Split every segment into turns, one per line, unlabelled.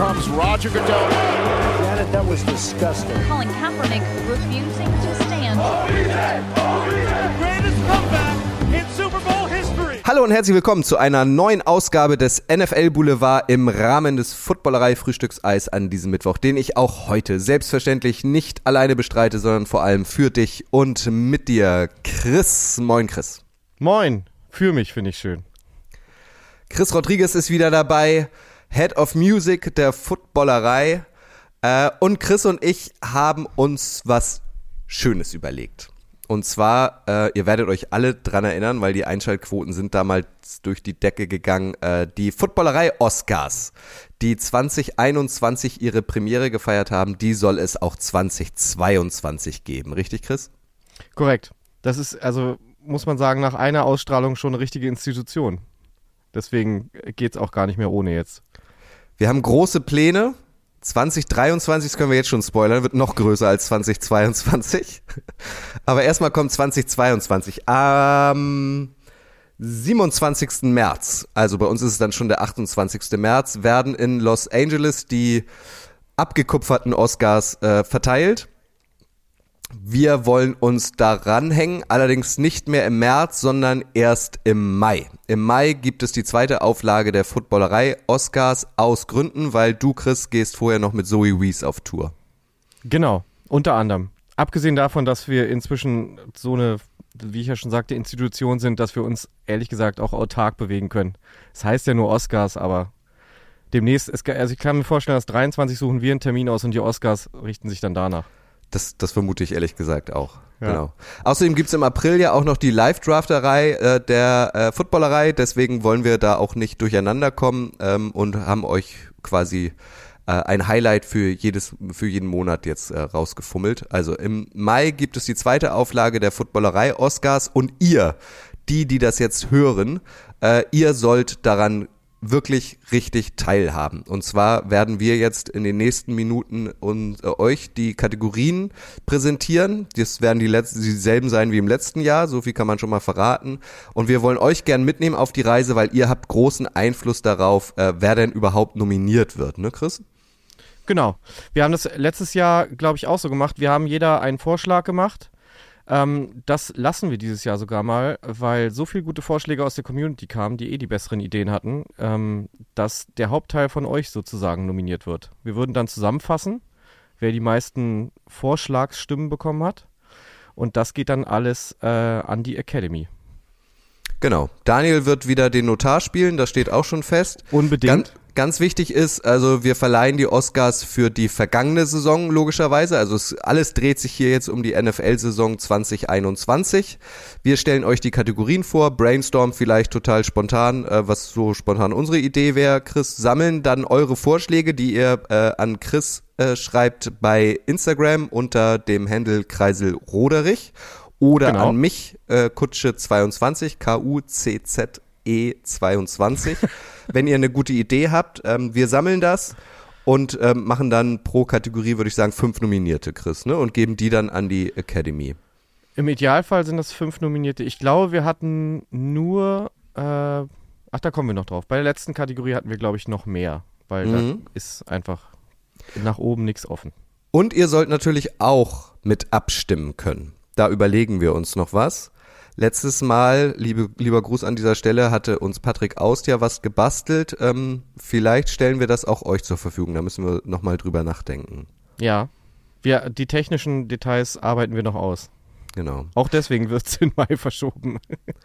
comes Roger Goodell.
Janet, that was disgusting.
Colin Kaepernick refusing to stand.
Greatest comeback in Super Bowl history.
Hallo und herzlich willkommen zu einer neuen Ausgabe des NFL Boulevard im Rahmen des Footballerei-Frühstückseis an diesem Mittwoch, den ich auch heute selbstverständlich nicht alleine bestreite, sondern vor allem für dich und mit dir, Chris. Moin, Chris.
Moin, für mich finde ich schön.
Chris Rodriguez ist wieder dabei, Head of Music der Footballerei. Und Chris und ich haben uns was Schönes überlegt. Und zwar, ihr werdet euch alle dran erinnern, weil die Einschaltquoten sind damals durch die Decke gegangen, die Footballerei-Oscars, die 2021 ihre Premiere gefeiert haben, die soll es auch 2022 geben. Richtig, Chris?
Korrekt. Das ist, also muss man sagen, nach einer Ausstrahlung schon eine richtige Institution. Deswegen geht's auch gar nicht mehr ohne jetzt.
Wir haben große Pläne. 2023, das können wir jetzt schon spoilern, wird noch größer als 2022. Aber erstmal kommt 2022. Am 27. März, also bei uns ist es dann schon der 28. März, werden in Los Angeles die abgekupferten Oscars verteilt. Wir wollen uns daran hängen, allerdings nicht mehr im März, sondern erst im Mai. Im Mai gibt es die zweite Auflage der Footballerei-Oscars aus Gründen, weil du, Chris, gehst vorher noch mit Zoe Wees auf Tour.
Genau, unter anderem. Abgesehen davon, dass wir inzwischen so eine, wie ich ja schon sagte, Institution sind, dass wir uns ehrlich gesagt auch autark bewegen können. Das heißt ja nur Oscars, aber demnächst, also ich kann mir vorstellen, dass 23 suchen wir einen Termin aus und die Oscars richten sich dann danach.
Das vermute ich ehrlich gesagt auch.
Ja.
Genau. Außerdem gibt's im April ja auch noch die Live-Drafterei der Footballerei, deswegen wollen wir da auch nicht durcheinander kommen und haben euch quasi ein Highlight für jeden Monat jetzt rausgefummelt. Also im Mai gibt es die zweite Auflage der Footballerei Oscars und ihr, die das jetzt hören, ihr sollt daran wirklich richtig teilhaben. Und zwar werden wir jetzt in den nächsten Minuten euch die Kategorien präsentieren. Das werden dieselben sein wie im letzten Jahr, so viel kann man schon mal verraten. Und wir wollen euch gern mitnehmen auf die Reise, weil ihr habt großen Einfluss darauf, wer denn überhaupt nominiert wird, ne Chris?
Genau. Wir haben das letztes Jahr, glaube ich, auch so gemacht. Wir haben jeder einen Vorschlag gemacht. Das lassen wir dieses Jahr sogar mal, weil so viele gute Vorschläge aus der Community kamen, die die besseren Ideen hatten, dass der Hauptteil von euch sozusagen nominiert wird. Wir würden dann zusammenfassen, wer die meisten Vorschlagsstimmen bekommen hat, und das geht dann alles an die Academy.
Genau. Daniel wird wieder den Notar spielen, das steht auch schon fest.
Unbedingt.
Ganz wichtig ist, also wir verleihen die Oscars für die vergangene Saison logischerweise, also alles dreht sich hier jetzt um die NFL-Saison 2021. Wir stellen euch die Kategorien vor, brainstorm vielleicht total spontan, was so spontan unsere Idee wäre, Chris, sammeln dann eure Vorschläge, die ihr an Chris schreibt bei Instagram unter dem Handle Kreisel Roderich oder
genau.
An mich Kutsche22, KUCZE22. Wenn ihr eine gute Idee habt, wir sammeln das und machen dann pro Kategorie, würde ich sagen, 5 Nominierte, Chris, ne? Und geben die dann an die Academy.
Im Idealfall sind das 5 Nominierte. Ich glaube, wir hatten nur, da kommen wir noch drauf. Bei der letzten Kategorie hatten wir, glaube ich, noch mehr, weil da ist einfach nach oben nichts offen.
Und ihr sollt natürlich auch mit abstimmen können. Da überlegen wir uns noch was. Letztes Mal, lieber Gruß an dieser Stelle, hatte uns Patrick Aust ja was gebastelt. Vielleicht stellen wir das auch euch zur Verfügung. Da müssen wir nochmal drüber nachdenken.
Ja, die technischen Details arbeiten wir noch aus.
Genau.
Auch deswegen wird es in Mai verschoben.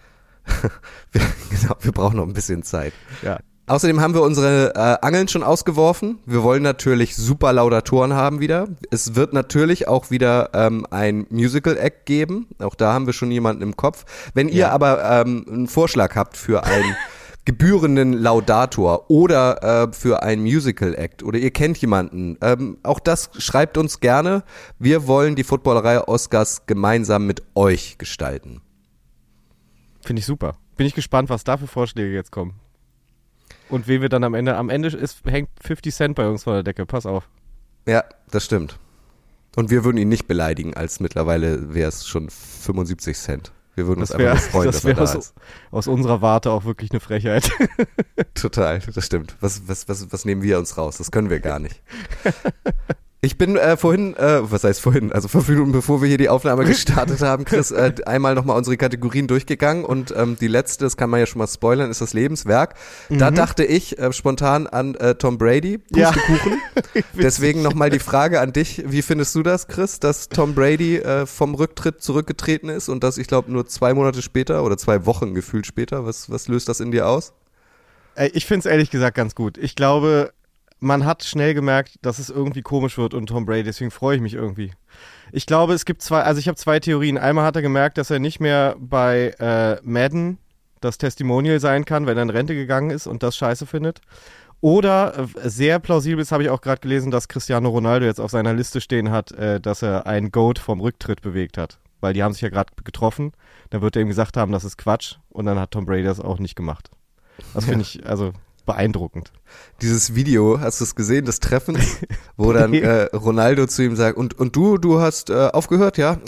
wir brauchen noch ein bisschen Zeit.
Ja.
Außerdem haben wir unsere Angeln schon ausgeworfen. Wir wollen natürlich super Laudatoren haben wieder. Es wird natürlich auch wieder ein Musical-Act geben. Auch da haben wir schon jemanden im Kopf. Wenn ihr aber einen Vorschlag habt für einen gebührenden Laudator oder für ein Musical-Act oder ihr kennt jemanden, auch das schreibt uns gerne. Wir wollen die Footballerei Oscars gemeinsam mit euch gestalten.
Finde ich super. Bin ich gespannt, was da für Vorschläge jetzt kommen. Und wen wir dann am Ende hängt 50 Cent bei uns vor der Decke, pass auf.
Ja, das stimmt. Und wir würden ihn nicht beleidigen, als mittlerweile wäre es schon 75 Cent. Wir würden uns einfach nur freuen, dass er da ist.
Aus unserer Warte auch wirklich eine Frechheit.
Total, das stimmt. Was nehmen wir uns raus? Das können wir gar nicht. Ich bin vorhin, was heißt vorhin, also 5 Minuten bevor wir hier die Aufnahme gestartet haben, Chris, einmal nochmal unsere Kategorien durchgegangen und die letzte, das kann man ja schon mal spoilern, ist das Lebenswerk. Da dachte ich spontan an Tom Brady, Pustekuchen. Ja. Deswegen nochmal die Frage an dich, wie findest du das, Chris, dass Tom Brady vom Rücktritt zurückgetreten ist und das, ich glaube, nur 2 Monate später oder 2 Wochen gefühlt später? Was löst das in dir aus?
Ich finde es ehrlich gesagt ganz gut. Ich glaube, man hat schnell gemerkt, dass es irgendwie komisch wird und Tom Brady, deswegen freue ich mich irgendwie. Ich glaube, es gibt ich habe 2 Theorien. Einmal hat er gemerkt, dass er nicht mehr bei Madden das Testimonial sein kann, wenn er in Rente gegangen ist und das scheiße findet. Oder sehr plausibel ist, habe ich auch gerade gelesen, dass Cristiano Ronaldo jetzt auf seiner Liste stehen hat, dass er einen GOAT vom Rücktritt bewegt hat. Weil die haben sich ja gerade getroffen. Dann wird er ihm gesagt haben, das ist Quatsch. Und dann hat Tom Brady das auch nicht gemacht. Das finde ich, also beeindruckend.
Dieses Video, hast du es gesehen, des Treffens, wo dann Ronaldo zu ihm sagt, und du hast aufgehört, ja?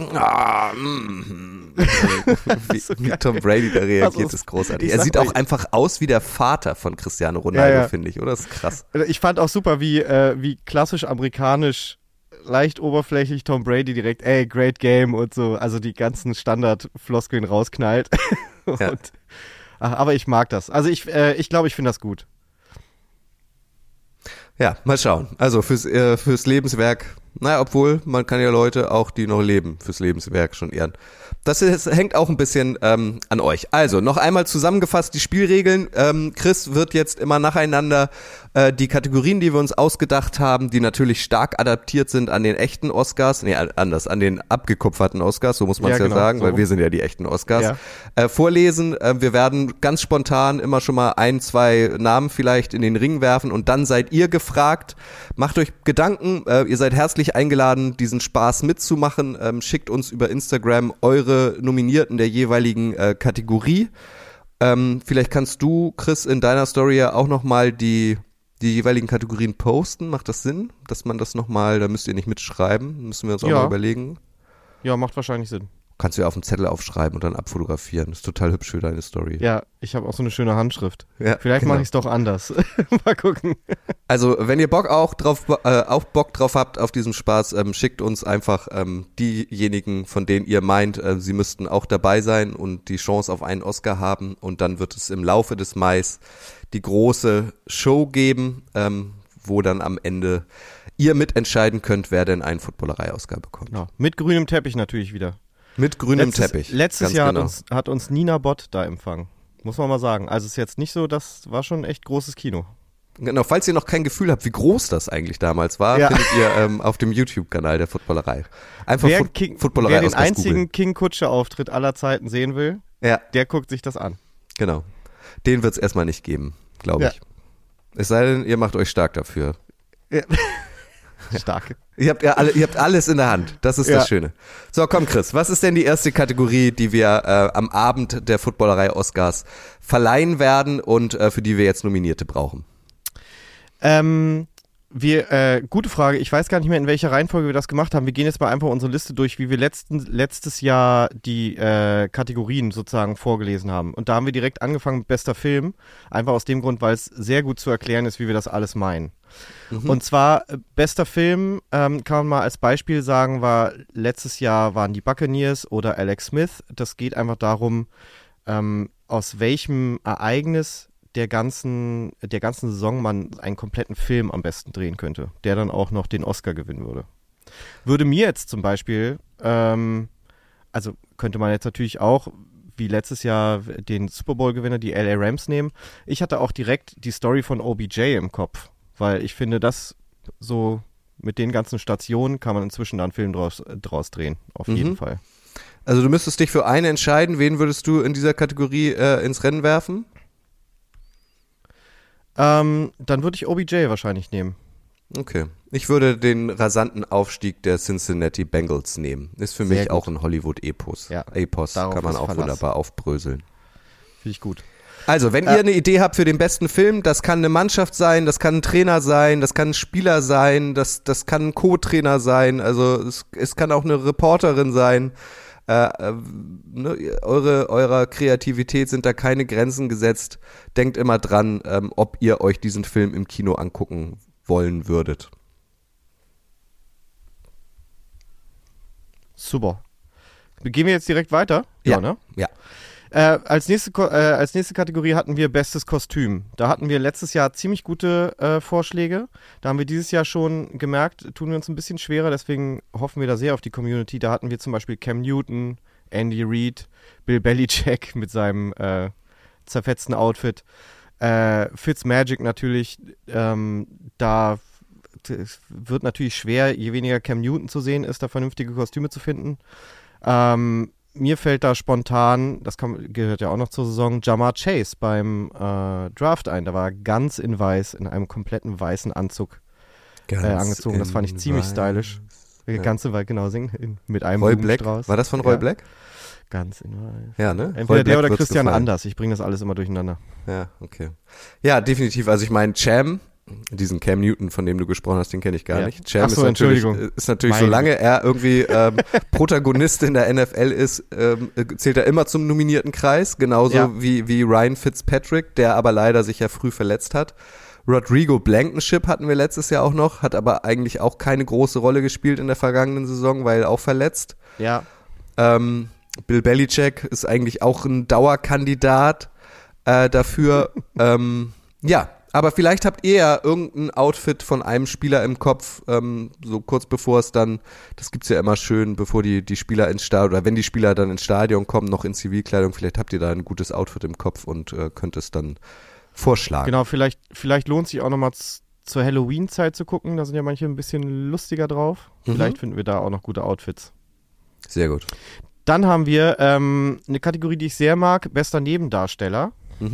Wie Tom Brady da reagiert, ist großartig. Er sieht auch einfach aus wie der Vater von Cristiano Ronaldo, finde ich, oder? Das ist krass.
Ich fand auch super, wie klassisch amerikanisch, leicht oberflächlich Tom Brady direkt, great game und so, also die ganzen Standard-Floskeln rausknallt. Aber ich mag das. Also ich glaube, ich finde das gut.
Ja, mal schauen. Also fürs Lebenswerk, obwohl man kann ja Leute auch, die noch leben, fürs Lebenswerk schon ehren. Das hängt auch ein bisschen an euch. Also, noch einmal zusammengefasst die Spielregeln. Chris wird jetzt immer nacheinander die Kategorien, die wir uns ausgedacht haben, die natürlich stark adaptiert sind an den echten Oscars, an den abgekupferten Oscars, so muss man es ja sagen, so. Weil wir sind ja die echten Oscars, vorlesen. Wir werden ganz spontan immer schon mal 1, 2 Namen vielleicht in den Ring werfen und dann seid ihr gefragt. Macht euch Gedanken, ihr seid herzlich eingeladen, diesen Spaß mitzumachen. Schickt uns über Instagram eure Nominierten der jeweiligen Kategorie. Vielleicht kannst du, Chris, in deiner Story ja auch nochmal die jeweiligen Kategorien posten. Macht das Sinn, dass man das nochmal, da müsst ihr nicht mitschreiben, müssen wir uns auch mal überlegen.
Ja, macht wahrscheinlich Sinn.
Kannst du ja auf den Zettel aufschreiben und dann abfotografieren. Das ist total hübsch für deine Story.
Ja, ich habe auch so eine schöne Handschrift.
Ja,
vielleicht mache ich es doch anders. Mal gucken.
Also, wenn ihr Bock drauf habt auf diesen Spaß, schickt uns einfach diejenigen, von denen ihr meint, sie müssten auch dabei sein und die Chance auf einen Oscar haben. Und dann wird es im Laufe des Mai die große Show geben, wo dann am Ende ihr mitentscheiden könnt, wer denn einen Footballerei-Oscar bekommt.
Ja, mit grünem Teppich natürlich wieder.
Mit grünem Teppich.
Letztes Jahr hat uns Nina Bott da empfangen. Muss man mal sagen. Also ist jetzt nicht so, das war schon echt großes Kino.
Genau, falls ihr noch kein Gefühl habt, wie groß das eigentlich damals war, findet ihr auf dem YouTube-Kanal der Footballerei. Einfach Footballerei
wer den einzigen King Kutsche-Auftritt aller Zeiten sehen will, der guckt sich das an.
Genau. Den wird es erstmal nicht geben, glaube ich. Es sei denn, ihr macht euch stark dafür.
Ja. Stark.
Ihr habt alles in der Hand. Das ist das Schöne. So, komm Chris, was ist denn die erste Kategorie, die wir am Abend der Footballerei Oscars verleihen werden und für die wir jetzt Nominierte brauchen?
Gute Frage. Ich weiß gar nicht mehr, in welcher Reihenfolge wir das gemacht haben. Wir gehen jetzt mal einfach unsere Liste durch, wie wir letztes Jahr die Kategorien sozusagen vorgelesen haben. Und da haben wir direkt angefangen mit bester Film. Einfach aus dem Grund, weil es sehr gut zu erklären ist, wie wir das alles meinen. Und zwar, bester Film, kann man mal als Beispiel sagen, letztes Jahr waren die Buccaneers oder Alex Smith. Das geht einfach darum, aus welchem Ereignis der ganzen Saison man einen kompletten Film am besten drehen könnte, der dann auch noch den Oscar gewinnen würde. Würde mir jetzt zum Beispiel, also könnte man jetzt natürlich auch, wie letztes Jahr, den Super Bowl-Gewinner, die LA Rams nehmen. Ich hatte auch direkt die Story von OBJ im Kopf, weil ich finde, das so mit den ganzen Stationen kann man inzwischen da einen Film draus drehen, auf jeden Fall.
Also du müsstest dich für eine entscheiden, wen würdest du in dieser Kategorie ins Rennen werfen?
Dann würde ich OBJ wahrscheinlich nehmen.
Okay. Ich würde den rasanten Aufstieg der Cincinnati Bengals nehmen. Ist für mich auch ein Hollywood-Epos. Ja, Epos kann man auch wunderbar aufbröseln.
Finde ich gut.
Also, wenn ihr eine Idee habt für den besten Film, das kann eine Mannschaft sein, das kann ein Trainer sein, das kann ein Spieler sein, das kann ein Co-Trainer sein, also es kann auch eine Reporterin sein. Eurer Kreativität sind da keine Grenzen gesetzt. Denkt immer dran, ob ihr euch diesen Film im Kino angucken wollen würdet.
Super. Gehen wir jetzt direkt weiter?
Ja.
Ne?
Ja.
Als nächste Kategorie hatten wir Bestes Kostüm. Da hatten wir letztes Jahr ziemlich gute Vorschläge. Da haben wir dieses Jahr schon gemerkt, tun wir uns ein bisschen schwerer, deswegen hoffen wir da sehr auf die Community. Da hatten wir zum Beispiel Cam Newton, Andy Reid, Bill Belichick mit seinem zerfetzten Outfit, Fitzmagic natürlich. Da wird natürlich schwer, je weniger Cam Newton zu sehen ist, da vernünftige Kostüme zu finden. Mir fällt da spontan, gehört ja auch noch zur Saison, Ja'Marr Chase beim Draft ein. Da war ganz in weiß, in einem kompletten weißen Anzug angezogen. Das fand ich ziemlich stylisch. Ganz in weiß, genau, singen mit einem
Roy Black.
Blumenstrauß.
War das von Roy Black?
Ganz in weiß.
Ja, ne?
Entweder der oder Christian Anders. Ich bringe das alles immer durcheinander.
Ja, okay. Ja, definitiv. Also ich meine, diesen Cam Newton, von dem du gesprochen hast, den kenne ich gar nicht. Cham ist natürlich solange er irgendwie Protagonist in der NFL ist, zählt er immer zum nominierten Kreis, genauso wie Ryan Fitzpatrick, der aber leider sich ja früh verletzt hat. Rodrigo Blankenship hatten wir letztes Jahr auch noch, hat aber eigentlich auch keine große Rolle gespielt in der vergangenen Saison, weil auch verletzt.
Ja.
Bill Belichick ist eigentlich auch ein Dauerkandidat dafür. Ja. Aber vielleicht habt ihr ja irgendein Outfit von einem Spieler im Kopf, so kurz bevor es dann, das gibt's ja immer schön, bevor die Spieler ins Stadion, oder wenn die Spieler dann ins Stadion kommen, noch in Zivilkleidung, vielleicht habt ihr da ein gutes Outfit im Kopf und könnt es dann vorschlagen.
Genau, vielleicht lohnt sich auch nochmal zur Halloween-Zeit zu gucken, da sind ja manche ein bisschen lustiger drauf. Vielleicht finden wir da auch noch gute Outfits.
Sehr gut.
Dann haben wir eine Kategorie, die ich sehr mag, bester Nebendarsteller.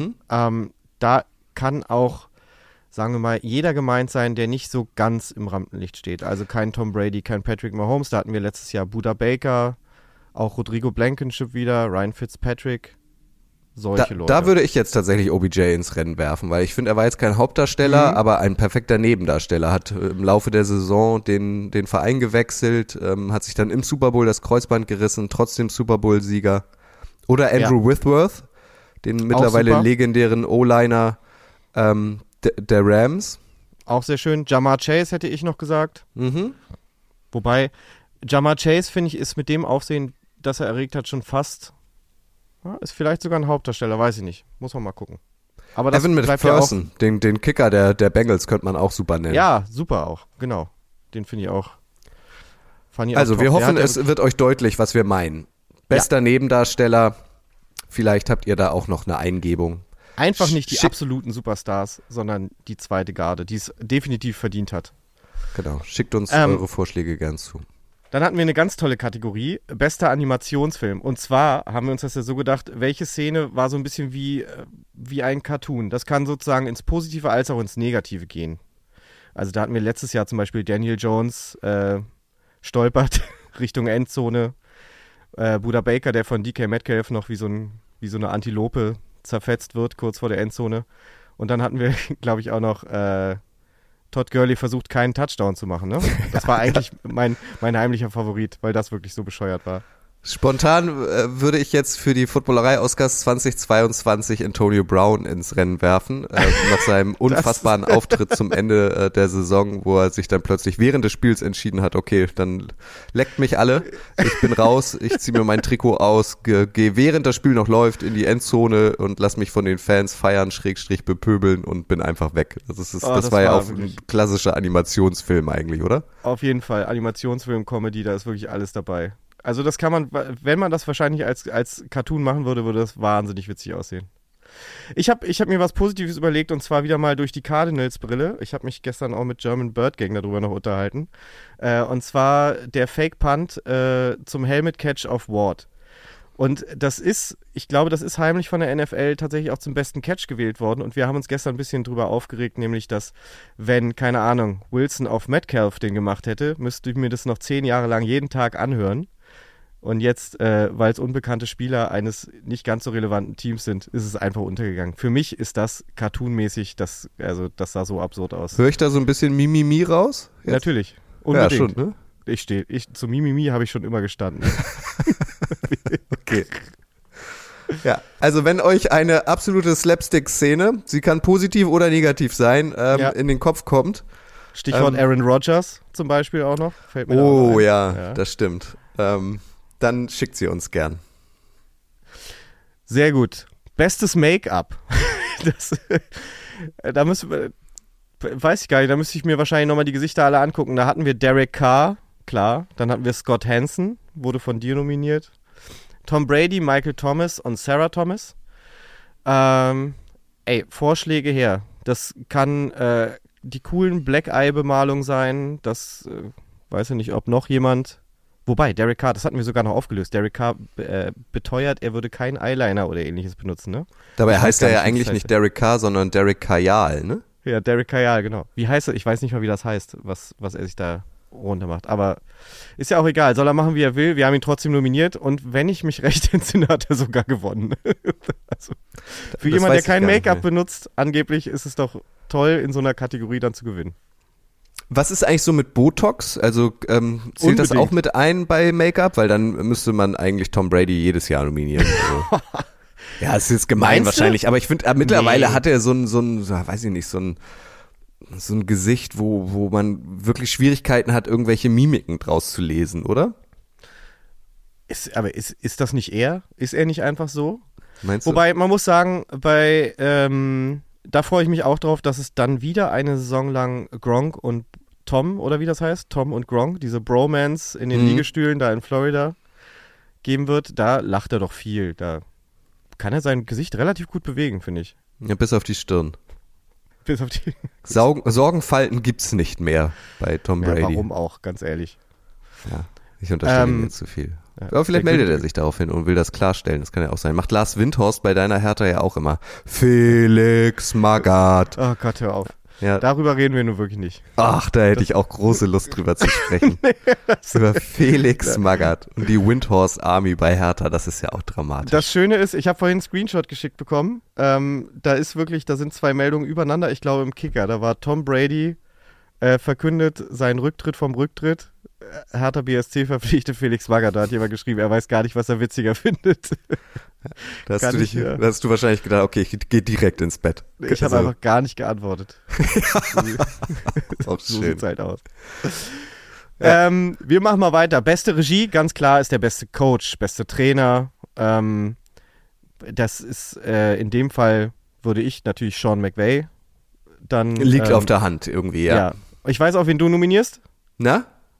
Da kann auch, sagen wir mal, jeder gemeint sein, der nicht so ganz im Rampenlicht steht. Also kein Tom Brady, kein Patrick Mahomes. Da hatten wir letztes Jahr Buda Baker, auch Rodrigo Blankenship wieder, Ryan Fitzpatrick, solche Leute. Da
würde ich jetzt tatsächlich OBJ ins Rennen werfen, weil ich finde, er war jetzt kein Hauptdarsteller, aber ein perfekter Nebendarsteller. Hat im Laufe der Saison den Verein gewechselt, hat sich dann im Super Bowl das Kreuzband gerissen, trotzdem Super Bowl-Sieger. Oder Andrew Whitworth, den mittlerweile legendären O-Liner der Rams.
Auch sehr schön. Ja'Marr Chase hätte ich noch gesagt. Wobei, Ja'Marr Chase, finde ich, ist mit dem Aufsehen, das er erregt hat, schon fast, ist vielleicht sogar ein Hauptdarsteller, weiß ich nicht. Muss man mal gucken. Aber das
Evan McPherson, den Kicker der Bengals, könnte man auch super nennen.
Ja, super auch, genau. Den finde ich auch.
Also wir hoffen, es wird euch deutlich, was wir meinen. Bester Nebendarsteller, vielleicht habt ihr da auch noch eine Eingebung.
Einfach nicht die absoluten Superstars, sondern die zweite Garde, die es definitiv verdient hat.
Genau, schickt uns eure Vorschläge gern zu.
Dann hatten wir eine ganz tolle Kategorie, bester Animationsfilm. Und zwar haben wir uns das ja so gedacht, welche Szene war so ein bisschen wie ein Cartoon. Das kann sozusagen ins Positive als auch ins Negative gehen. Also da hatten wir letztes Jahr zum Beispiel Daniel Jones stolpert Richtung Endzone. Buda Baker, der von DK Metcalf noch wie so eine Antilope zerfetzt wird, kurz vor der Endzone. Und dann hatten wir, glaube ich, auch noch Todd Gurley versucht, keinen Touchdown zu machen. Ne? Das war eigentlich mein heimlicher Favorit, weil das wirklich so bescheuert war.
Spontan würde ich jetzt für die Footballerei-Oscars 2022 Antonio Brown ins Rennen werfen, nach seinem unfassbaren Auftritt zum Ende der Saison, wo er sich dann plötzlich während des Spiels entschieden hat, okay, dann leckt mich alle, ich bin raus, ich ziehe mir mein Trikot aus, gehe während das Spiel noch läuft in die Endzone und lass mich von den Fans feiern, / bepöbeln und bin einfach weg. Das war ja auch ein klassischer Animationsfilm eigentlich, oder?
Auf jeden Fall, Animationsfilm, Comedy, da ist wirklich alles dabei. Also das kann man, wenn man das wahrscheinlich als Cartoon machen würde, würde das wahnsinnig witzig aussehen. Ich hab mir was Positives überlegt und zwar wieder mal durch die Cardinals-Brille. Ich habe mich gestern auch mit German Bird Gang darüber noch unterhalten. Und zwar der Fake-Punt zum Helmet-Catch auf Ward. Und ich glaube, das ist heimlich von der NFL tatsächlich auch zum besten Catch gewählt worden. Und wir haben uns gestern ein bisschen drüber aufgeregt, nämlich, dass wenn, keine Ahnung, Wilson auf Metcalf den gemacht hätte, müsste ich mir das noch 10 Jahre lang jeden Tag anhören. Und jetzt, weil es unbekannte Spieler eines nicht ganz so relevanten Teams sind, ist es einfach untergegangen. Für mich ist das cartoonmäßig, das sah so absurd aus.
Höre ich da so ein bisschen Mimimi raus?
Jetzt? Natürlich, unbedingt.
Ja, schon, ne?
Zu Mimimi habe ich schon immer gestanden.
Okay. Ja, also wenn euch eine absolute Slapstick-Szene, sie kann positiv oder negativ sein, in den Kopf kommt.
Stichwort Aaron Rodgers zum Beispiel auch noch. Fällt mir da auch
Oh
ein.
ja, das stimmt. Dann schickt sie uns gern.
Sehr gut. Bestes Make-up. Da müssen wir, weiß ich gar nicht, da müsste ich mir wahrscheinlich nochmal die Gesichter alle angucken. Da hatten wir Derek Carr, klar. Dann hatten wir Scott Hansen, wurde von dir nominiert. Tom Brady, Michael Thomas und Sarah Thomas. Vorschläge her. Das kann die coolen Black-Eye-Bemalung sein. Das weiß ich nicht, ob noch jemand... Wobei, Derek Carr, das hatten wir sogar noch aufgelöst. Derek Carr beteuert, er würde keinen Eyeliner oder ähnliches benutzen, ne?
Dabei heißt er ja eigentlich nicht Derek Carr, sondern Derek Kayal, ne?
Ja, Derek Kayal, genau. Wie heißt er? Ich weiß nicht mal, wie das heißt, was er sich da runter macht. Aber ist ja auch egal. Soll er machen, wie er will. Wir haben ihn trotzdem nominiert. Und wenn ich mich recht entsinne, hat er sogar gewonnen. Also, für jemanden, der kein Make-up benutzt, angeblich ist es doch toll, in so einer Kategorie dann zu gewinnen.
Was ist eigentlich so mit Botox? Also zählt das auch mit ein bei Make-up? Weil dann müsste man eigentlich Tom Brady jedes Jahr nominieren. Also. Ja, es ist jetzt gemein
Meinst du?
wahrscheinlich, aber ich finde, mittlerweile hat er so ein, weiß ich nicht, so ein Gesicht, wo man wirklich Schwierigkeiten hat, irgendwelche Mimiken draus zu lesen, oder?
Ist das nicht er? Ist er nicht einfach so?
Meinst du?
Wobei, man muss sagen, da freue ich mich auch drauf, dass es dann wieder eine Saison lang Gronk und Tom, oder wie das heißt, Tom und Gronk, diese Bromance in den Liegestühlen da in Florida geben wird. Da lacht er doch viel. Da kann er sein Gesicht relativ gut bewegen, finde ich.
Ja, bis auf die Stirn.
Bis auf die
Sorgenfalten gibt's nicht mehr bei Tom Brady.
Ja, warum auch, ganz ehrlich.
Ja, ich unterstelle ihm jetzt zu viel.
Ja,
aber vielleicht meldet er sich daraufhin und will das klarstellen. Das kann ja auch sein. Macht Lars Windhorst bei deiner Hertha ja auch immer. Felix Magath.
Oh Gott, hör auf.
Ja.
Darüber reden wir nun wirklich nicht.
Ach, da hätte ich auch große Lust drüber zu sprechen. Über Felix Magath und die Windhorst Army bei Hertha, das ist ja auch dramatisch.
Das Schöne ist, ich habe vorhin einen Screenshot geschickt bekommen. Da sind 2 Meldungen übereinander. Ich glaube im Kicker, da war Tom Brady verkündet seinen Rücktritt vom Rücktritt. Hertha BSC verpflichtet Felix Magath. Da hat jemand geschrieben, er weiß gar nicht, was er witziger findet.
Da hast du wahrscheinlich gedacht, okay, ich gehe direkt ins Bett.
Ich habe einfach gar nicht geantwortet.
Auch
So
schön.
sieht's halt aus. Ja. Wir machen mal weiter. Beste Regie, ganz klar, ist der beste Coach, beste Trainer. Das ist in dem Fall, würde ich natürlich Sean McVay dann...
Liegt auf der Hand irgendwie, ja.
Ich weiß auch, wen du nominierst.
Na?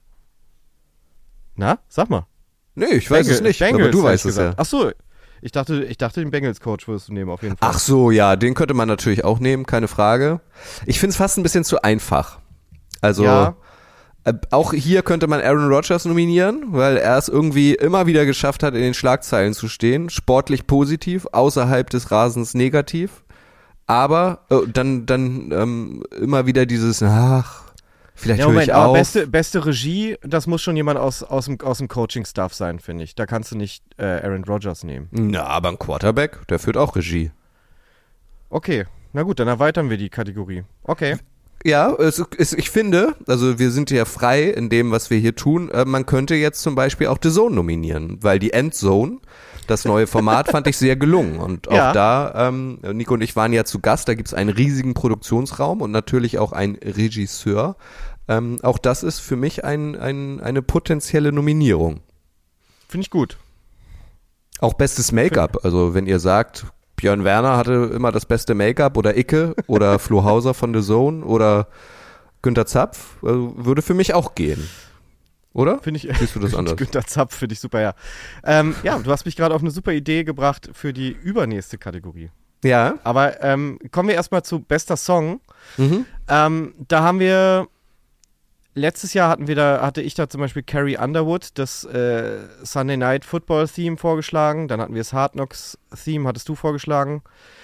Sag mal.
Nee, ich weiß es nicht,
Bengals,
aber du
hab
weißt
ich
es ja.
gesagt. Ach so, ich dachte, den Bengals-Coach würdest du nehmen, auf jeden Fall.
Ach so, ja, den könnte man natürlich auch nehmen, keine Frage. Ich finde es fast ein bisschen zu einfach. Also,
Ja.
Auch hier könnte man Aaron Rodgers nominieren, weil er es irgendwie immer wieder geschafft hat, in den Schlagzeilen zu stehen. Sportlich positiv, außerhalb des Rasens negativ. Aber dann immer wieder dieses, vielleicht höre ich
aber
auf.
beste Regie, das muss schon jemand aus dem Coaching-Staff sein, finde ich. Da kannst du nicht Aaron Rodgers nehmen.
Na, aber ein Quarterback, der führt auch Regie.
Okay, na gut, dann erweitern wir die Kategorie. Okay.
Ja, ich finde, also wir sind ja frei in dem, was wir hier tun. Man könnte jetzt zum Beispiel auch The Zone nominieren, weil die Endzone, das neue Format, fand ich sehr gelungen. Und auch da, Nico und ich waren ja zu Gast, da gibt es einen riesigen Produktionsraum und natürlich auch einen Regisseur. Auch das ist für mich eine potenzielle Nominierung.
Finde ich gut.
Auch bestes Make-up, also wenn ihr sagt, Björn Werner hatte immer das beste Make-up oder Icke oder Flo Hauser von The Zone oder Günter Zapf, würde für mich auch gehen. Oder?
Finde ich.
Siehst du das anders?
Günter Zapf finde ich super, ja. Ja, du hast mich gerade auf eine super Idee gebracht für die übernächste Kategorie.
Ja.
Aber kommen wir erstmal zu bester Song. Da haben wir letztes Jahr hatte ich da zum Beispiel Carrie Underwood, das Sunday Night Football Theme vorgeschlagen. Dann hatten wir das Hard Knocks Theme, hattest du vorgeschlagen.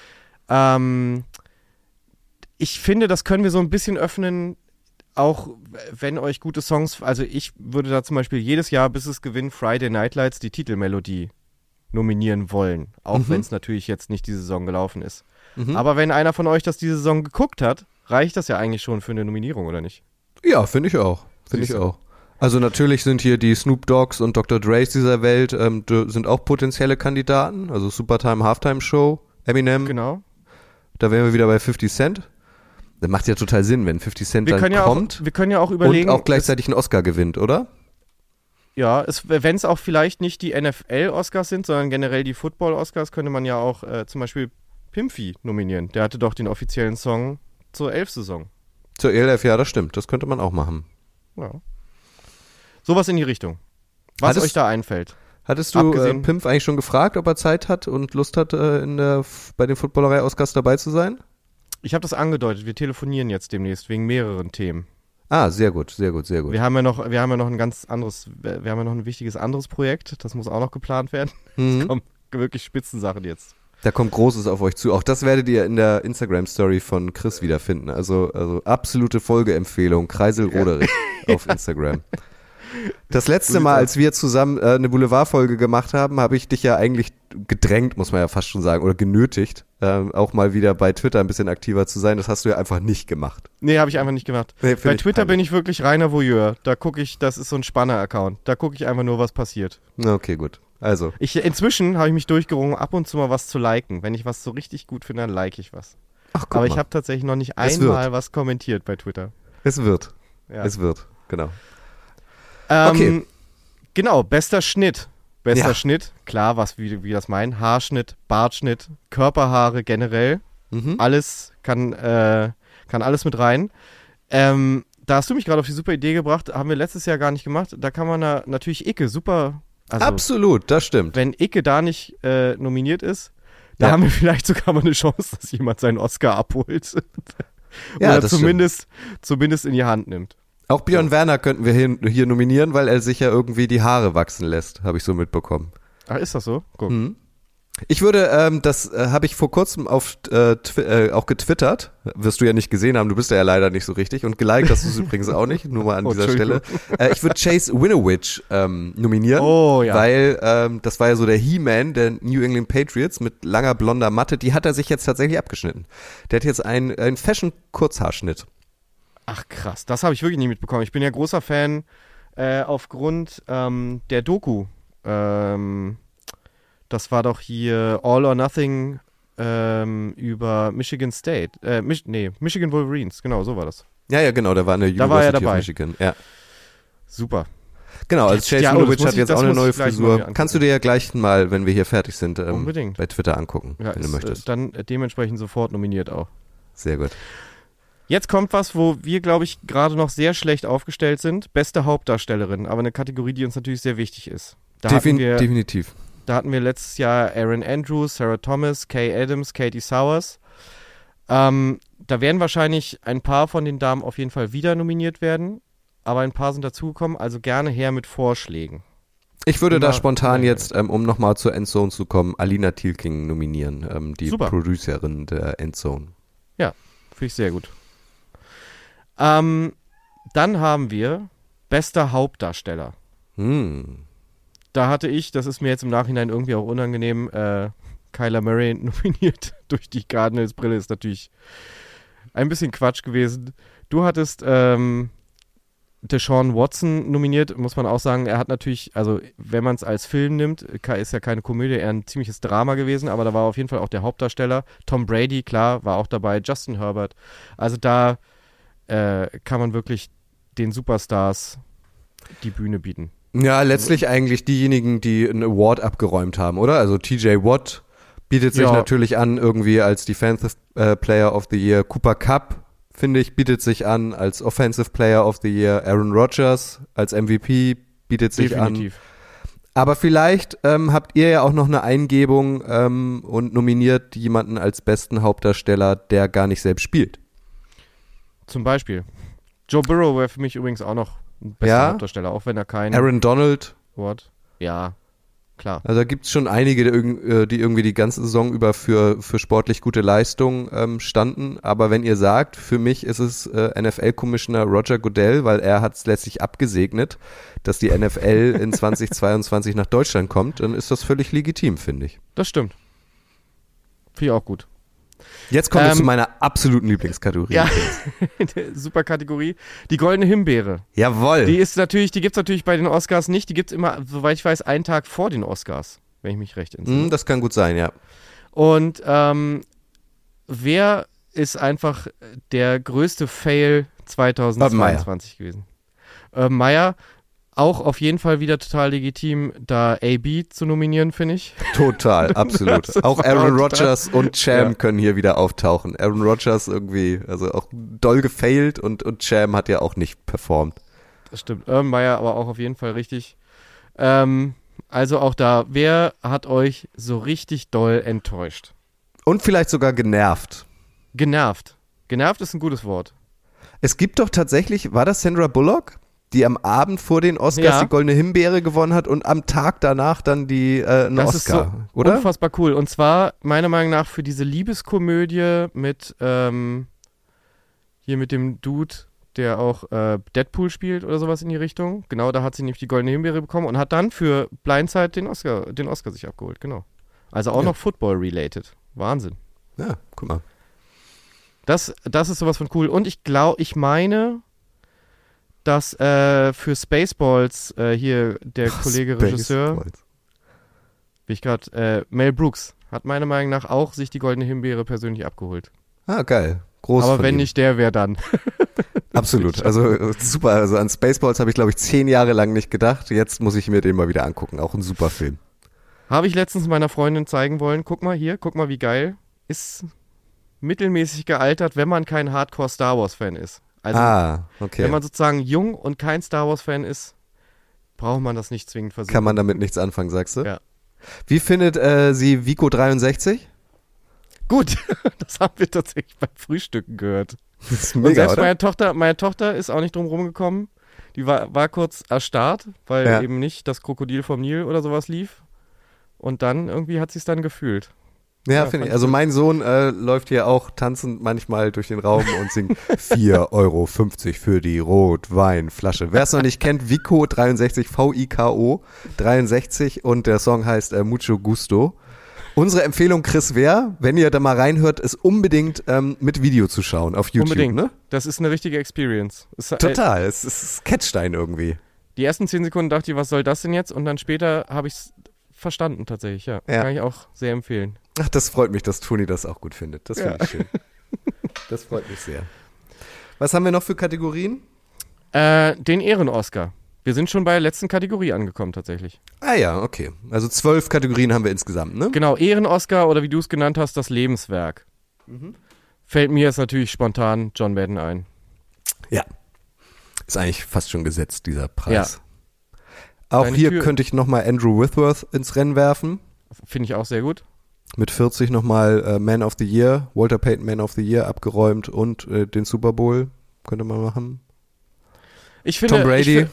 Ich finde, das können wir so ein bisschen öffnen, auch wenn euch gute Songs, also ich würde da zum Beispiel jedes Jahr, bis es gewinnt, Friday Night Lights die Titelmelodie nominieren wollen. Auch wenn es natürlich jetzt nicht die Saison gelaufen ist. Aber wenn einer von euch das diese Saison geguckt hat, reicht das ja eigentlich schon für eine Nominierung, oder nicht?
Ja, finde ich auch. Finde ich
Siehst du.
auch. Also natürlich sind hier die Snoop Dogg's und Dr. Dre's dieser Welt sind auch potenzielle Kandidaten. Also Supertime Halftime Show, Eminem.
Genau.
Da wären wir wieder bei 50 Cent. Das macht ja total Sinn, wenn 50 Cent
Wir
dann
können
kommt
wir können ja auch überlegen.
und auch gleichzeitig einen Oscar gewinnt, oder?
Ja, wenn es auch vielleicht nicht die NFL-Oscars sind, sondern generell die Football-Oscars, könnte man ja auch zum Beispiel Pimpfi nominieren. Der hatte doch den offiziellen Song zur 11-Saison.
Zur ELF, ja, das stimmt. Das könnte man auch machen.
Ja. Sowas in die Richtung. Was euch da einfällt.
Hattest du Pimp eigentlich schon gefragt, ob er Zeit hat und Lust hat, bei den Footballerei-Oscars dabei zu sein?
Ich habe das angedeutet. Wir telefonieren jetzt demnächst wegen mehreren Themen.
Ah, sehr gut, sehr gut, sehr gut.
Wir haben ja noch ein ganz anderes, wir haben ja noch ein wichtiges anderes Projekt. Das muss auch noch geplant werden. Es kommen wirklich Spitzensachen jetzt.
Da kommt Großes auf euch zu. Auch das werdet ihr in der Instagram-Story von Chris wiederfinden. Also absolute Folgeempfehlung. Kreisel Roderich auf Instagram. Das letzte Mal, als wir zusammen eine Boulevard-Folge gemacht haben, habe ich dich ja eigentlich gedrängt, muss man ja fast schon sagen, oder genötigt, auch mal wieder bei Twitter ein bisschen aktiver zu sein. Das hast du ja einfach nicht gemacht.
Nee, habe ich einfach nicht gemacht.
Nee,
bei Twitter bin ich wirklich reiner Voyeur. Da gucke ich, das ist so ein Spanner-Account. Da gucke ich einfach nur, was passiert.
Okay, gut. Also.
Inzwischen habe ich mich durchgerungen, ab und zu mal was zu liken. Wenn ich was so richtig gut finde, dann like ich was.
Ach, guck
Aber
mal.
ich habe tatsächlich noch nicht einmal was kommentiert bei Twitter.
Es wird.
Ja.
Es wird, genau. Okay.
Genau, bester Schnitt.
Ja.
Schnitt, klar, wie das meinen. Haarschnitt, Bartschnitt, Körperhaare generell. Alles kann alles mit rein. Da hast du mich gerade auf die super Idee gebracht, haben wir letztes Jahr gar nicht gemacht. Da kann man natürlich Icke super. Also,
absolut, das stimmt.
wenn Icke da nicht nominiert ist, da haben wir vielleicht sogar mal eine Chance, dass jemand seinen Oscar abholt.
Ja,
Oder
das
zumindest in die Hand nimmt.
Auch Björn Werner könnten wir hier nominieren, weil er sich ja irgendwie die Haare wachsen lässt, habe ich so mitbekommen.
Ach, ist das so? Guck.
Ich würde, das habe ich vor kurzem auch getwittert, wirst du ja nicht gesehen haben, du bist ja leider nicht so richtig, und geliked hast du es übrigens auch nicht, nur mal an dieser Stelle. Ich würde Chase Winovich nominieren, weil das war ja so der He-Man der New England Patriots mit langer blonder Matte, die hat er sich jetzt tatsächlich abgeschnitten. Der hat jetzt einen Fashion-Kurzhaarschnitt. Ach
krass, das habe ich wirklich nie mitbekommen. Ich bin ja großer Fan aufgrund der Doku. Das war doch hier All or Nothing über Michigan State. Michigan Wolverines, genau, so war das.
Ja, genau, der war in der University of Michigan. Ja.
Super.
Genau, also Chase Winovich hat jetzt auch eine neue Frisur. Kannst du dir ja gleich mal, wenn wir hier fertig sind, bei Twitter angucken, wenn du möchtest.
Dann dementsprechend sofort nominiert auch.
Sehr gut.
Jetzt kommt was, wo wir, glaube ich, gerade noch sehr schlecht aufgestellt sind. Beste Hauptdarstellerin, aber eine Kategorie, die uns natürlich sehr wichtig ist.
Definitiv.
Da hatten wir letztes Jahr Erin Andrews, Sarah Thomas, Kay Adams, Katie Sowers. Da werden wahrscheinlich ein paar von den Damen auf jeden Fall wieder nominiert werden, aber ein paar sind dazugekommen, also gerne her mit Vorschlägen.
Ich würde da spontan jetzt, um nochmal zur Endzone zu kommen, Alina Thielking nominieren, die Producerin der Endzone.
Ja, finde ich sehr gut. Dann haben wir bester Hauptdarsteller. Da hatte ich, das ist mir jetzt im Nachhinein irgendwie auch unangenehm, Kyler Murray nominiert. Durch die Cardinals-Brille ist natürlich ein bisschen Quatsch gewesen. Du hattest Deshaun Watson nominiert, muss man auch sagen. Er hat natürlich, also wenn man es als Film nimmt, ist ja keine Komödie, eher ein ziemliches Drama gewesen, aber da war auf jeden Fall auch der Hauptdarsteller. Tom Brady, klar, war auch dabei. Justin Herbert. Also da kann man wirklich den Superstars die Bühne bieten.
Ja, letztlich eigentlich diejenigen, die einen Award abgeräumt haben, oder? Also TJ Watt bietet sich natürlich an, irgendwie als Defensive Player of the Year. Cooper Kupp, finde ich, bietet sich an als Offensive Player of the Year. Aaron Rodgers als MVP bietet sich an. Aber vielleicht habt ihr ja auch noch eine Eingebung und nominiert jemanden als besten Hauptdarsteller, der gar nicht selbst spielt.
Zum Beispiel. Joe Burrow wäre für mich übrigens auch noch ein bester Hauptdarsteller, auch wenn er keinen...
Aaron Donald.
Ja, klar.
Also da gibt es schon einige, die irgendwie die ganze Saison über für sportlich gute Leistung standen. Aber wenn ihr sagt, für mich ist es NFL-Commissioner Roger Goodell, weil er hat es letztlich abgesegnet, dass die NFL in 2022 nach Deutschland kommt, dann ist das völlig legitim, finde ich.
Das stimmt. Finde ich auch gut.
Jetzt kommen wir zu meiner absoluten Lieblingskategorie.
Ja, super Kategorie. Die Goldene Himbeere.
Jawohl.
Die gibt's natürlich bei den Oscars nicht. Die gibt's immer, soweit ich weiß, einen Tag vor den Oscars, wenn ich mich recht entsinne.
Das kann gut sein, ja.
Und wer ist einfach der größte Fail 2022 gewesen? Meyer, auch auf jeden Fall wieder total legitim, da AB zu nominieren, finde ich.
Total, absolut. Auch Aaron Rodgers und Cham
Ja.
können hier wieder auftauchen. Aaron Rodgers irgendwie, also auch doll gefailt und Cham hat ja auch nicht performt.
Das stimmt. Meyer aber auch auf jeden Fall richtig. Also auch da, wer hat euch so richtig doll enttäuscht?
Und vielleicht sogar genervt.
Genervt. Genervt ist ein gutes Wort.
Es gibt doch tatsächlich, war das Sandra Bullock, die am Abend vor den Oscars
Ja.
die Goldene Himbeere gewonnen hat und am Tag danach dann einen
Das
Oscar,
ist so
oder?
unfassbar cool. Und zwar, meiner Meinung nach, für diese Liebeskomödie mit hier mit dem Dude, der auch Deadpool spielt oder sowas in die Richtung. Genau, da hat sie nämlich die Goldene Himbeere bekommen und hat dann für Blindside den Oscar sich abgeholt, genau. Also auch noch Football-related. Wahnsinn.
Ja, guck mal.
Das ist sowas von cool. Und ich meine, dass für Spaceballs hier der Kollege Regisseur, wie ich gerade, Mel Brooks, hat meiner Meinung nach auch sich die Goldene Himbeere persönlich abgeholt.
Ah, geil. Groß
Aber
von
wenn
ihm.
nicht der, wer dann?
Absolut. Also super. Also an Spaceballs habe ich, glaube ich, 10 Jahre lang nicht gedacht. Jetzt muss ich mir den mal wieder angucken. Auch ein super Film.
Habe ich letztens meiner Freundin zeigen wollen. Guck mal, wie geil. Ist mittelmäßig gealtert, wenn man kein Hardcore-Star Wars-Fan ist. Also,
okay.
wenn man sozusagen jung und kein Star Wars-Fan ist, braucht man das nicht zwingend versuchen.
Kann man damit nichts anfangen, sagst du?
Ja.
Wie findet sie Vico 63?
Gut, das haben wir tatsächlich beim Frühstücken gehört.
Das ist
Und
mega,
selbst
oder?
meine Tochter ist auch nicht drum rumgekommen. Die war kurz erstarrt, weil eben nicht das Krokodil vom Nil oder sowas lief. Und dann irgendwie hat sie es dann gefühlt.
Ja, finde ich. Also mein Sohn läuft hier auch tanzend manchmal durch den Raum und singt 4,50 € für die Rotweinflasche. Wer es noch nicht kennt, Vico 63, V-I-K-O 63 und der Song heißt Mucho Gusto. Unsere Empfehlung, Chris, wäre, wenn ihr da mal reinhört, ist unbedingt mit Video zu schauen auf YouTube.
Unbedingt.
Ne?
Das ist eine richtige Experience.
Total, es catcht einen irgendwie.
Die ersten 10 Sekunden dachte ich, was soll das denn jetzt? Und dann später habe ich es verstanden tatsächlich, ja. Kann ich auch sehr empfehlen.
Ach, das freut mich, dass Toni das auch gut findet. Das finde ich schön. Das freut mich sehr. Was haben wir noch für Kategorien?
Den Ehren-Oscar. Wir sind schon bei der letzten Kategorie angekommen tatsächlich.
Ah ja, okay. Also 12 Kategorien haben wir insgesamt, ne?
Genau, Ehren-Oscar oder wie du es genannt hast, das Lebenswerk. Fällt mir jetzt natürlich spontan John Madden ein.
Ja. Ist eigentlich fast schon gesetzt, dieser Preis.
Ja.
Auch
Deine
hier
Tür-
könnte ich nochmal Andrew Whitworth ins Rennen werfen.
Finde ich auch sehr gut.
Mit 40 nochmal Man of the Year, Walter Payton Man of the Year abgeräumt und den Super Bowl könnte man machen.
Ich finde,
Tom Brady.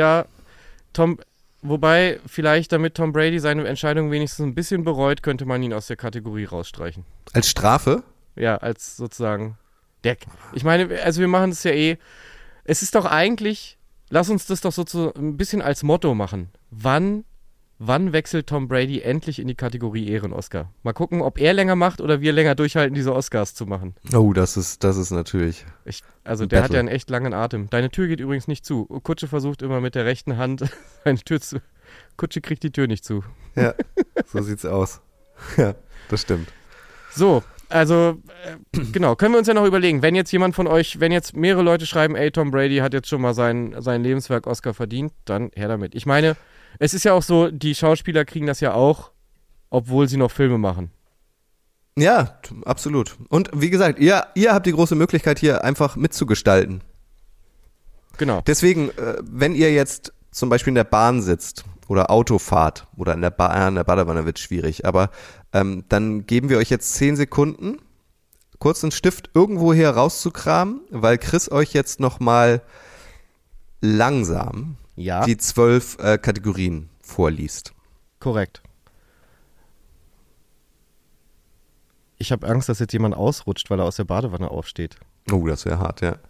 Wobei vielleicht damit Tom Brady seine Entscheidung wenigstens ein bisschen bereut, könnte man ihn aus der Kategorie rausstreichen.
Als Strafe?
Ja, als sozusagen ich meine, also wir machen es ja es ist doch eigentlich, lass uns das doch so ein bisschen als Motto machen. Wann wechselt Tom Brady endlich in die Kategorie Ehren-Oscar? Mal gucken, ob er länger macht oder wir länger durchhalten, diese Oscars zu machen.
Oh, das ist natürlich.
Also
ein
der hat
Battle.
ja einen echt langen Atem. Deine Tür geht übrigens nicht zu. Kutsche versucht immer mit der rechten Hand seine Tür zu. Kutsche kriegt die Tür nicht zu.
Ja, so sieht's aus. Ja, das stimmt.
So, also genau, können wir uns ja noch überlegen, wenn jetzt mehrere Leute schreiben, ey, Tom Brady hat jetzt schon mal sein Lebenswerk Oscar verdient, dann her damit. Ich meine, es ist ja auch so, die Schauspieler kriegen das ja auch, obwohl sie noch Filme machen.
Ja, absolut. Und wie gesagt, ihr habt die große Möglichkeit hier einfach mitzugestalten.
Genau.
Deswegen, wenn ihr jetzt zum Beispiel in der Bahn sitzt oder Auto fahrt oder in der Badewanne wird schwierig, aber dann geben wir euch jetzt 10 Sekunden, kurz einen Stift irgendwo hier rauszukramen, weil Chris euch jetzt nochmal langsam die 12 Kategorien vorliest.
Korrekt. Ich habe Angst, dass jetzt jemand ausrutscht, weil er aus der Badewanne aufsteht.
Oh, das wäre hart, ja.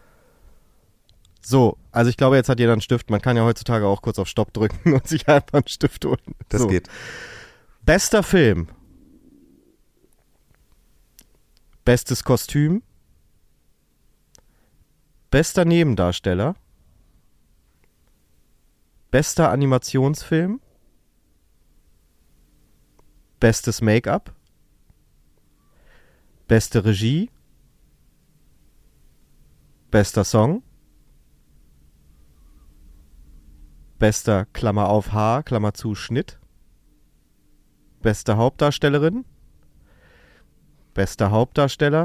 So, also ich glaube, jetzt hat jeder einen Stift. Man kann ja heutzutage auch kurz auf Stopp drücken und sich einfach einen Stift holen.
Das
so.
geht.
Bester Film. Bestes Kostüm, bester Nebendarsteller, bester Animationsfilm, bestes Make-up, beste Regie, bester Song, bester Klammer auf Haar, Klammer zu Schnitt, beste Hauptdarstellerin, bester Hauptdarsteller,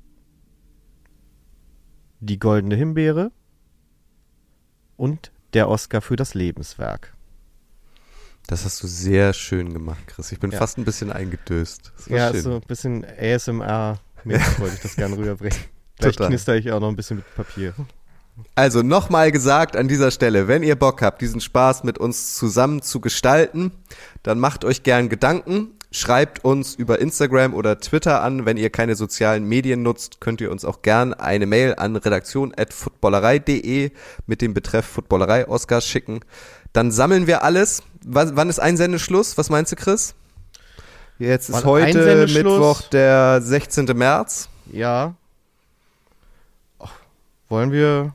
die Goldene Himbeere und der Oscar für das Lebenswerk.
Das hast du sehr schön gemacht, Chris. Ich bin fast ein bisschen eingedöst. Das war schön.
So ein bisschen ASMR-mäßig wollte ich das gerne rüberbringen. Vielleicht knister ich auch noch ein bisschen mit Papier.
Also nochmal gesagt an dieser Stelle, wenn ihr Bock habt, diesen Spaß mit uns zusammen zu gestalten, dann macht euch gern Gedanken, schreibt uns über Instagram oder Twitter an. Wenn ihr keine sozialen Medien nutzt, könnt ihr uns auch gern eine Mail an redaktion@footballerei.de mit dem Betreff Footballerei Oscars schicken. Dann sammeln wir alles. Wann ist Einsendeschluss? Was meinst du, Chris? Jetzt ist heute Mittwoch, der 16. März.
Ja. Wollen wir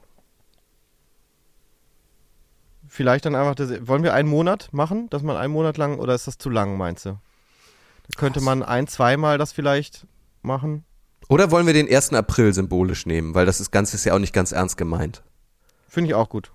vielleicht dann einfach, wollen wir einen Monat machen, dass man einen Monat lang, oder ist das zu lang, meinst du? Da könnte man zweimal das vielleicht machen.
Oder wollen wir den 1. April symbolisch nehmen, weil das Ganze ist ja auch nicht ganz ernst gemeint.
Finde ich auch gut.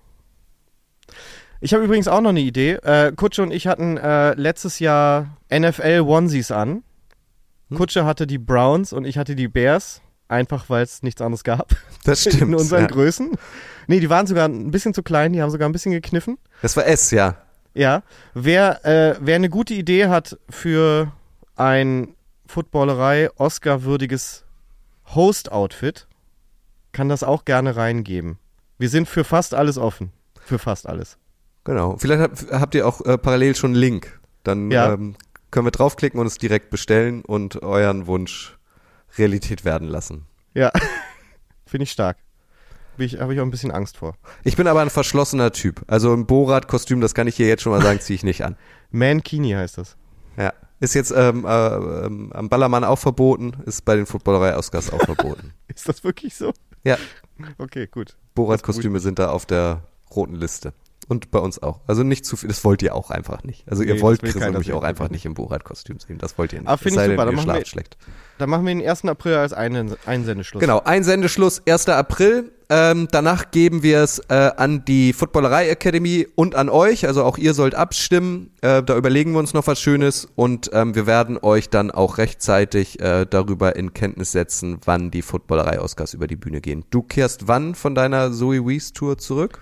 Ich habe übrigens auch noch eine Idee. Kutsche und ich hatten letztes Jahr NFL-Onesies an. Kutsche hatte die Browns und ich hatte die Bears. Einfach, weil es nichts anderes gab.
Das stimmt.
In unseren Größen. Nee, die waren sogar ein bisschen zu klein, die haben sogar ein bisschen gekniffen.
Das war S, ja.
Ja. Wer eine gute Idee hat für ein Footballerei-Oscar-würdiges Host-Outfit, kann das auch gerne reingeben. Wir sind für fast alles offen. Für fast alles.
Genau. Vielleicht habt ihr auch parallel schon einen Link. Dann können wir draufklicken und es direkt bestellen und euren Wunsch Realität werden lassen.
Ja, finde ich stark. Habe ich auch ein bisschen Angst vor.
Ich bin aber ein verschlossener Typ. Also ein Borat-Kostüm, das kann ich hier jetzt schon mal sagen, ziehe ich nicht an.
Mankini heißt das.
Ja, ist jetzt am Ballermann auch verboten, ist bei den Footballerei-Oscars auch verboten.
Ist das wirklich so?
Ja.
Okay, gut.
Borat-Kostüme sind da auf der roten Liste. Und bei uns auch. Also nicht zu viel, das wollt ihr auch einfach nicht. Also ihr wollt Chris und mich auch einfach nicht im Borat-Kostüm sehen. Das wollt ihr nicht.
Aber finde ich super.
Dann schlaft schlecht.
Dann machen wir den 1. April als Einsendeschluss.
Genau, Einsendeschluss 1. April. Danach geben wir es an die Footballerei Academy und an euch. Also auch ihr sollt abstimmen. Da überlegen wir uns noch was Schönes. Und wir werden euch dann auch rechtzeitig darüber in Kenntnis setzen, wann die Footballerei Oscars über die Bühne gehen. Du kehrst wann von deiner Zoe Wees Tour zurück?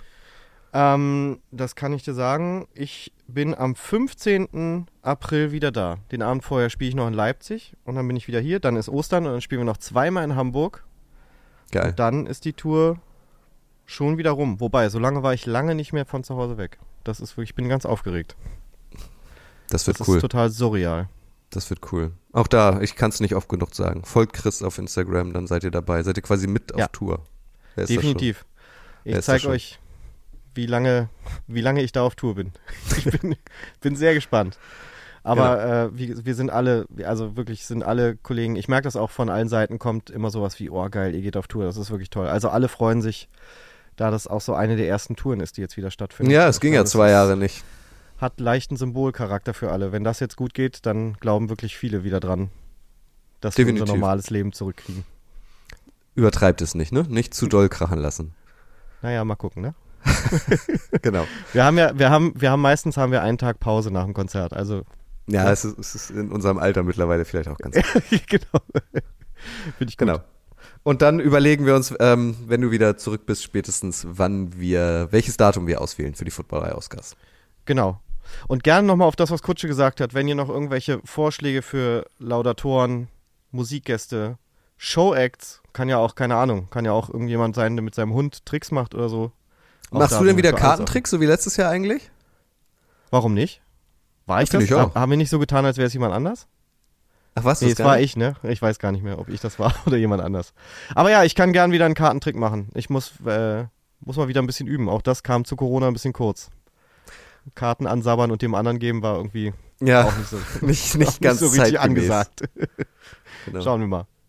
Das kann ich dir sagen. Ich bin am 15. April wieder da. Den Abend vorher spiele ich noch in Leipzig und dann bin ich wieder hier. Dann ist Ostern und dann spielen wir noch zweimal in Hamburg.
Geil.
Und dann ist die Tour schon wieder rum. Wobei, so lange war ich lange nicht mehr von zu Hause weg. Das ist wirklich, ich bin ganz aufgeregt.
Das wird cool.
Das ist total surreal.
Das wird cool. Auch da, ich kann es nicht oft genug sagen. Folgt Chris auf Instagram, dann seid ihr dabei. Seid ihr quasi mit auf Tour.
Definitiv. Ich zeige euch, wie lange ich da auf Tour bin. Ich bin sehr gespannt. Aber wir sind alle, also wirklich sind alle Kollegen, ich merke das auch von allen Seiten, kommt immer sowas wie, oh geil, ihr geht auf Tour, das ist wirklich toll. Also alle freuen sich, da das auch so eine der ersten Touren ist, die jetzt wieder stattfindet.
Ja, es ging ja 2 Jahre nicht.
Hat leichten Symbolcharakter für alle. Wenn das jetzt gut geht, dann glauben wirklich viele wieder dran, dass wir unser normales Leben zurückkriegen.
Übertreibt es nicht, ne? Nicht zu doll krachen lassen.
Naja, mal gucken, ne?
Genau.
Wir haben meistens einen Tag Pause nach dem Konzert, also.
Ja, es ist in unserem Alter mittlerweile vielleicht auch ganz gut.
Genau. Finde ich gut.
Genau. Und dann überlegen wir uns, wenn du wieder zurück bist, spätestens, welches Datum wir auswählen für die Footballerei Oscars.
Genau. Und gerne nochmal auf das, was Kutsche gesagt hat, wenn ihr noch irgendwelche Vorschläge für Laudatoren, Musikgäste, Showacts, kann ja auch irgendjemand sein, der mit seinem Hund Tricks macht oder so.
Machst du denn wieder Kartentricks, so wie letztes Jahr eigentlich?
Warum nicht? War ich das?
Ich auch.
Haben wir nicht so getan, als wäre es jemand anders?
Ach was?
Nee, es war ich, ne? Ich weiß gar nicht mehr, ob ich das war oder jemand anders. Aber ja, ich kann gern wieder einen Kartentrick machen. Ich muss mal wieder ein bisschen üben. Auch das kam zu Corona ein bisschen kurz. Karten ansabbern und dem anderen geben war irgendwie auch nicht so,
nicht ganz
so richtig
zeitgemäß.
angesagt.
Genau.
Schauen wir mal.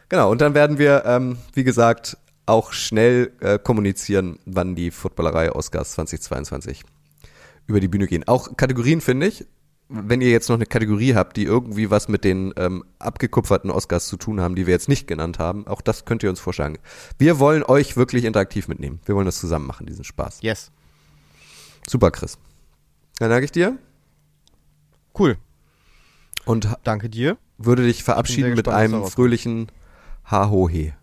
Genau, und dann werden wir, wie gesagt, auch schnell kommunizieren, wann die Footballerei-Oscars 2022 über die Bühne gehen. Auch Kategorien, finde ich. Wenn ihr jetzt noch eine Kategorie habt, die irgendwie was mit den abgekupferten Oscars zu tun haben, die wir jetzt nicht genannt haben, auch das könnt ihr uns vorschlagen. Wir wollen euch wirklich interaktiv mitnehmen. Wir wollen das zusammen machen, diesen Spaß.
Yes.
Super, Chris. Dann danke ich dir.
Cool.
Und
Danke dir.
würde dich verabschieden
sehr
mit
gespannt, was da
einem
rauskommt.
fröhlichen Ha-ho-he.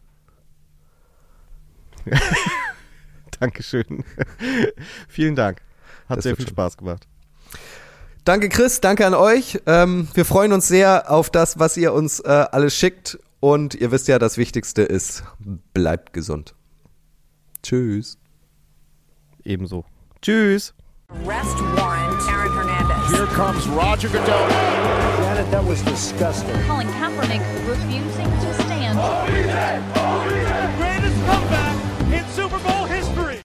Dankeschön. Vielen Dank. Hat
Das
sehr
wird
viel
schon.
Spaß gemacht.
Danke Chris, danke an euch. Wir freuen uns sehr auf das, was ihr uns alles schickt. Und ihr wisst ja, das Wichtigste ist, bleibt gesund. Tschüss.
Ebenso. Tschüss.
Arrest warrant, Aaron Hernandez.
Here comes Roger Goodell.
Janet, that was disgusting.
Colin Kaepernick refusing to stand.
Greatest comeback in Super Bowl history.